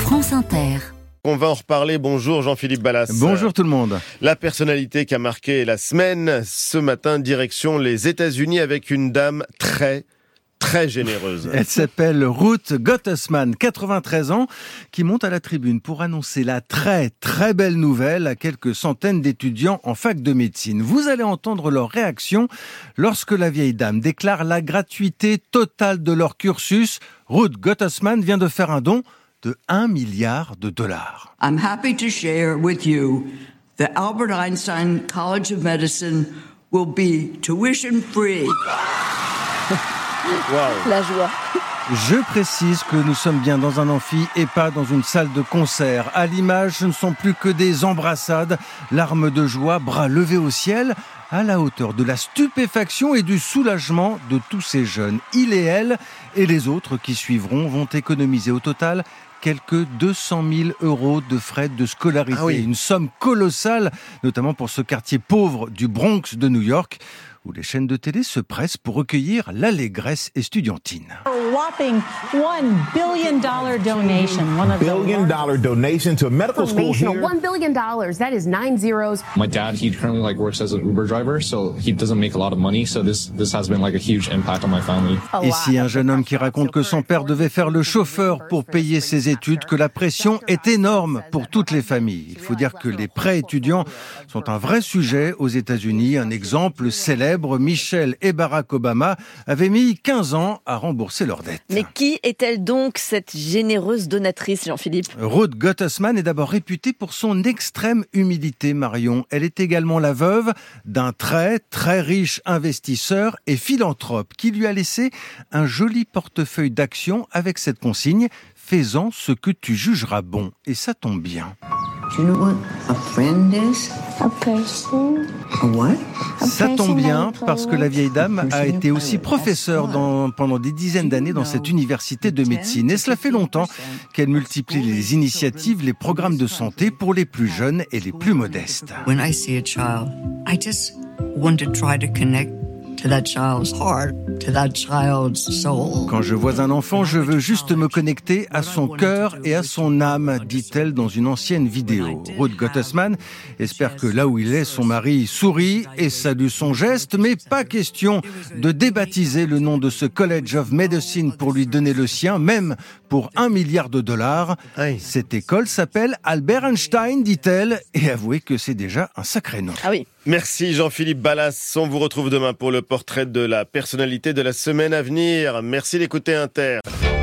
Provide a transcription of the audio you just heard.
France Inter. On va en reparler. Bonjour Jean-Philippe Ballas. Bonjour tout le monde. La personnalité qui a marqué la semaine, ce matin, direction les États-Unis avec une dame très généreuse. Elle s'appelle Ruth Gottesman, 93 ans, qui monte à la tribune pour annoncer la très belle nouvelle à quelques centaines d'étudiants en fac de médecine. Vous allez entendre leur réaction lorsque la vieille dame déclare la gratuité totale de leur cursus. Ruth Gottesman vient de faire un don de $1 milliard. I'm happy to share with you that Albert Einstein College of Medicine will be tuition free. Wow. La joie. Je précise que nous sommes bien dans un amphi et pas dans une salle de concert. À l'image, ce ne sont plus que des embrassades, larmes de joie, bras levés au ciel, à la hauteur de la stupéfaction et du soulagement de tous ces jeunes. Il et elle et les autres qui suivront vont économiser au total quelques 200 000 € de frais de scolarité. Ah oui. Une somme colossale, notamment pour ce quartier pauvre du Bronx de New York, où les chaînes de télé se pressent pour recueillir l'allégresse estudiantine. A whopping $1 billion donation. $1 billion donation to a medical school here. $1 billion, that is 9 zeros. My dad, he currently works as an Uber driver, so he doesn't make a lot of money, so this has been a huge impact on my family. Ici, un jeune homme qui raconte que son père devait faire le chauffeur pour payer ses études, que la pression est énorme pour toutes les familles. Il faut dire que les prêts étudiants sont un vrai sujet aux États-Unis. Un exemple célèbre, Michelle et Barack Obama avaient mis 15 ans à rembourser leurs dettes. Mais qui est-elle donc, cette généreuse donatrice, Jean-Philippe ? Ruth Gottesman est d'abord réputée pour son extrême humilité, Marion. Elle est également la veuve d'un très riche investisseur et philanthrope qui lui a laissé un joli portefeuille d'actions avec cette consigne « Fais-en ce que tu jugeras bon ». Et ça tombe bien. Do you know what a friend is? A person. A what? Ça tombe bien parce que la vieille dame a été aussi professeure pendant des dizaines d'années dans cette université de médecine. Et cela fait longtemps qu'elle multiplie les initiatives, les programmes de santé pour les plus jeunes et les plus modestes. When I see a child, I just want to try to connect to that child's heart, to that child's soul. Quand je vois un enfant, je veux juste me connecter à son cœur et à son âme, dit-elle dans une ancienne vidéo. Ruth Gottesman espère que là où il est, son mari sourit et salue son geste, mais pas question de débaptiser le nom de ce College of Medicine pour lui donner le sien, même pour $1 milliard. Aïe. Cette école s'appelle Albert Einstein, dit-elle, et avouez que c'est déjà un sacré nom. Ah oui. Merci Jean-Philippe Ballas. On vous retrouve demain pour le portrait de la personnalité de la semaine à venir. Merci d'écouter Inter.